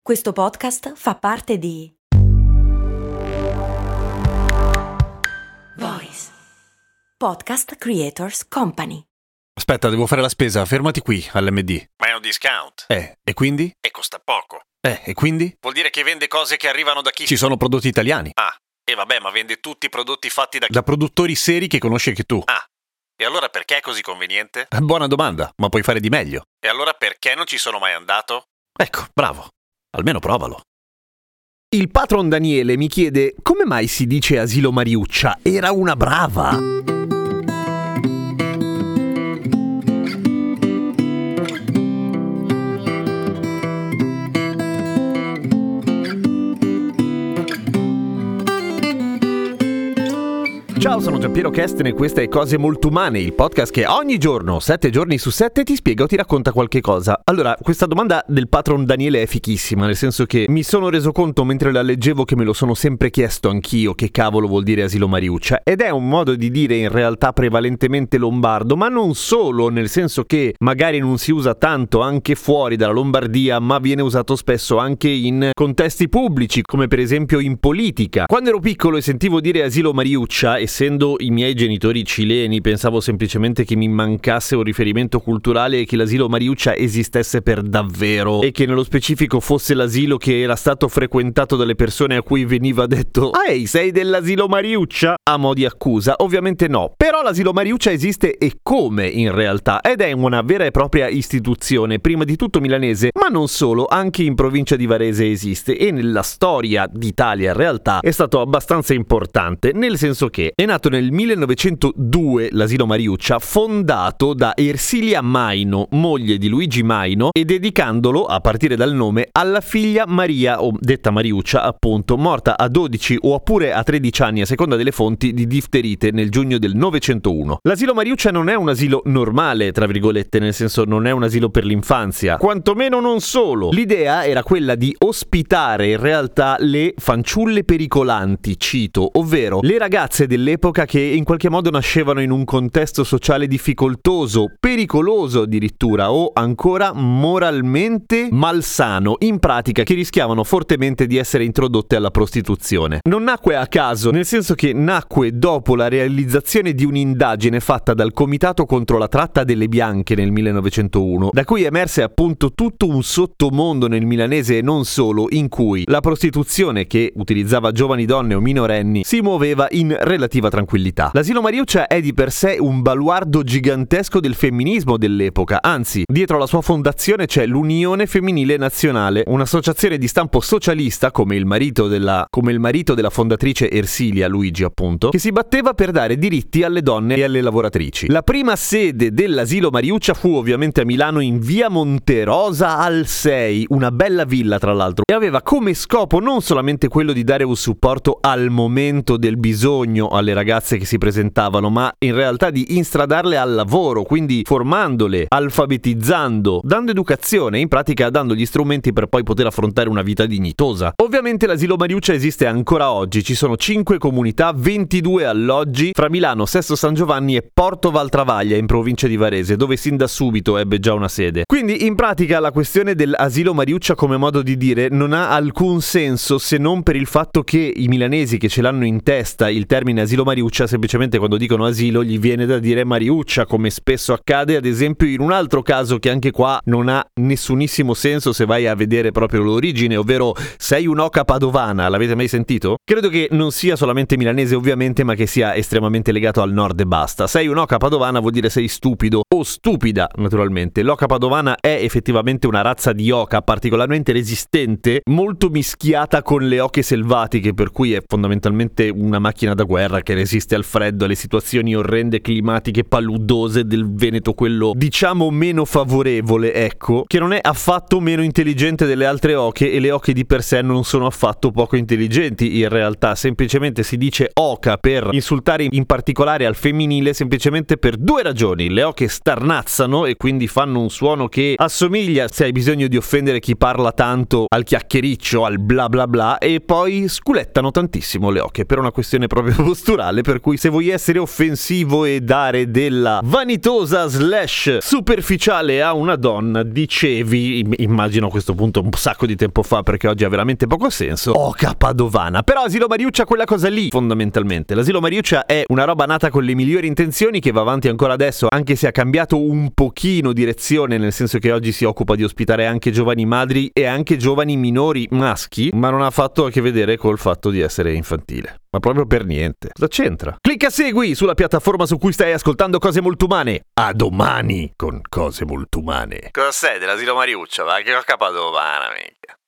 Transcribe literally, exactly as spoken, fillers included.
Questo podcast fa parte di Voice Podcast Creators Company. Aspetta, devo fare la spesa, fermati qui all'M D. Ma è un discount. Eh, e quindi? E costa poco. Eh, e quindi? Vuol dire che vende cose che arrivano da chi? Ci sono prodotti italiani. Ah, e vabbè, ma vende tutti i prodotti fatti da chi? Da produttori seri che conosci anche tu. Ah, e allora perché è così conveniente? Buona domanda, ma puoi fare di meglio. E allora perché non ci sono mai andato? Ecco, bravo. Almeno provalo. Il patron Daniele mi chiede come mai si dice asilo Mariuccia. Era una brava. Ciao, sono Giampiero Kesten e questa è Cose Molto Umane, il podcast che ogni giorno, sette giorni su sette, ti spiega o ti racconta qualche cosa. Allora, questa domanda del patron Daniele è fichissima, nel senso che mi sono reso conto mentre la leggevo che me lo sono sempre chiesto anch'io che cavolo vuol dire asilo Mariuccia, ed è un modo di dire in realtà prevalentemente lombardo, ma non solo, nel senso che magari non si usa tanto anche fuori dalla Lombardia, ma viene usato spesso anche in contesti pubblici, come per esempio in politica. Quando ero piccolo e sentivo dire asilo Mariuccia, essendo i miei genitori cileni, pensavo semplicemente che mi mancasse un riferimento culturale e che l'asilo Mariuccia esistesse per davvero e che nello specifico fosse l'asilo che era stato frequentato dalle persone a cui veniva detto «Ah, ehi, sei dell'asilo Mariuccia?» a mo' di accusa. Ovviamente no, però l'asilo Mariuccia esiste e come in realtà, ed è una vera e propria istituzione, prima di tutto milanese, ma non solo, anche in provincia di Varese esiste e nella storia d'Italia in realtà è stato abbastanza importante, nel senso che è nato nel millenovecentodue l'asilo Mariuccia, fondato da Ersilia Maino, moglie di Luigi Maino, e dedicandolo, a partire dal nome, alla figlia Maria, o detta Mariuccia appunto, morta a dodici o oppure a tredici anni a seconda delle fonti di difterite nel giugno del novecentouno. L'asilo Mariuccia non è un asilo normale, tra virgolette, nel senso non è un asilo per l'infanzia, quantomeno non solo. L'idea era quella di ospitare in realtà le fanciulle pericolanti, cito, ovvero le ragazze dell'epoca che in qualche modo nascevano in un contesto sociale difficoltoso, pericoloso addirittura, o ancora moralmente malsano, in pratica che rischiavano fortemente di essere introdotte alla prostituzione. Non nacque a caso, nel senso che nacque dopo la realizzazione di un'indagine fatta dal Comitato contro la tratta delle bianche nel millenovecentouno, da cui emerse appunto tutto un sottomondo nel milanese e non solo, in cui la prostituzione, che utilizzava giovani donne o minorenni, si muoveva in relativa tranquillità. L'asilo Mariuccia è di per sé un baluardo gigantesco del femminismo dell'epoca, anzi, dietro la sua fondazione c'è l'Unione Femminile Nazionale, un'associazione di stampo socialista come il marito della come il marito della fondatrice Ersilia, Luigi appunto, che si batteva per dare diritti alle donne e alle lavoratrici. La prima sede dell'asilo Mariuccia fu ovviamente a Milano in via Monterosa al sei, una bella villa tra l'altro, e aveva come scopo non solamente quello di dare un supporto al momento del bisogno alle ragazze che si presentavano, ma in realtà di instradarle al lavoro, quindi formandole, alfabetizzando, dando educazione, in pratica dando gli strumenti per poi poter affrontare una vita dignitosa. Ovviamente l'asilo Mariuccia esiste ancora oggi, ci sono cinque comunità, ventidue alloggi fra Milano, Sesto San Giovanni e Porto Valtravaglia in provincia di Varese, dove sin da subito ebbe già una sede. Quindi in pratica la questione dell'asilo Mariuccia come modo di dire non ha alcun senso se non per il fatto che i milanesi che ce l'hanno in testa il termine asilo Mariuccia, semplicemente quando dicono asilo gli viene da dire Mariuccia, come spesso accade ad esempio in un altro caso che anche qua non ha nessunissimo senso se vai a vedere proprio l'origine, ovvero sei un'oca padovana, l'avete mai sentito? Credo che non sia solamente milanese ovviamente, ma che sia estremamente legato al nord e basta. Sei un'oca padovana vuol dire sei stupido o stupida, naturalmente. L'oca padovana è effettivamente una razza di oca particolarmente resistente, molto mischiata con le oche selvatiche, per cui è fondamentalmente una macchina da guerra che resiste al freddo, alle situazioni orrende climatiche paludose del Veneto, quello diciamo meno favorevole, ecco, che non è affatto meno intelligente delle altre oche, e le oche di per sé non sono affatto poco intelligenti in realtà, semplicemente si dice oca per insultare in particolare al femminile semplicemente per due ragioni: le oche starnazzano e quindi fanno un suono che assomiglia, se hai bisogno di offendere chi parla tanto, al chiacchiericcio, al bla bla bla, e poi sculettano tantissimo le oche per una questione proprio posturale naturale, per cui se vuoi essere offensivo e dare della vanitosa slash superficiale a una donna, dicevi, immagino a questo punto un sacco di tempo fa perché oggi ha veramente poco senso, Oca Padovana. Però Asilo Mariuccia quella cosa lì, fondamentalmente. L'Asilo Mariuccia è una roba nata con le migliori intenzioni che va avanti ancora adesso, anche se ha cambiato un pochino direzione, nel senso che oggi si occupa di ospitare anche giovani madri e anche giovani minori maschi, ma non ha fatto a che vedere col fatto di essere infantile. Ma proprio per niente. Cosa c'entra? Clicca segui sulla piattaforma su cui stai ascoltando Cose Molto Umane. A domani con Cose Molto Umane. Cosa sei dell'asilo Mariuccia? Va che ho capadovana, mica.